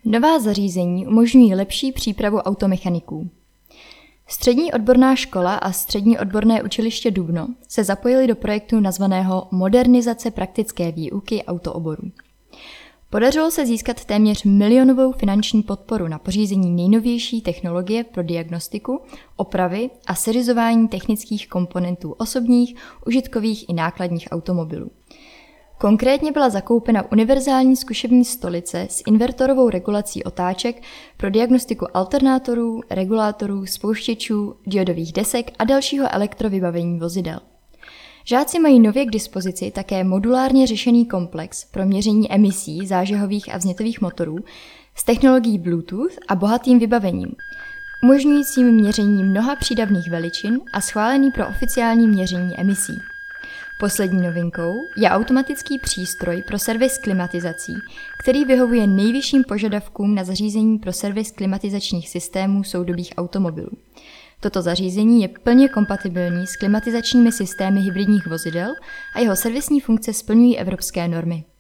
Nová zařízení umožňují lepší přípravu automechaniků. Střední odborná škola a Střední odborné učiliště Dubno se zapojili do projektu nazvaného Modernizace praktické výuky autooborů. Podařilo se získat téměř milionovou finanční podporu na pořízení nejnovější technologie pro diagnostiku, opravy a seřizování technických komponentů osobních, užitkových i nákladních automobilů. Konkrétně byla zakoupena univerzální zkušební stolice s invertorovou regulací otáček pro diagnostiku alternátorů, regulátorů, spouštěčů, diodových desek a dalšího elektrovybavení vozidel. Žáci mají nově k dispozici také modulárně řešený komplex pro měření emisí zážehových a vznětových motorů s technologií Bluetooth a bohatým vybavením, umožňujícím měření mnoha přídavných veličin a schválený pro oficiální měření emisí. Poslední novinkou je automatický přístroj pro servis klimatizací, který vyhovuje nejvyšším požadavkům na zařízení pro servis klimatizačních systémů soudobých automobilů. Toto zařízení je plně kompatibilní s klimatizačními systémy hybridních vozidel a jeho servisní funkce splňují evropské normy.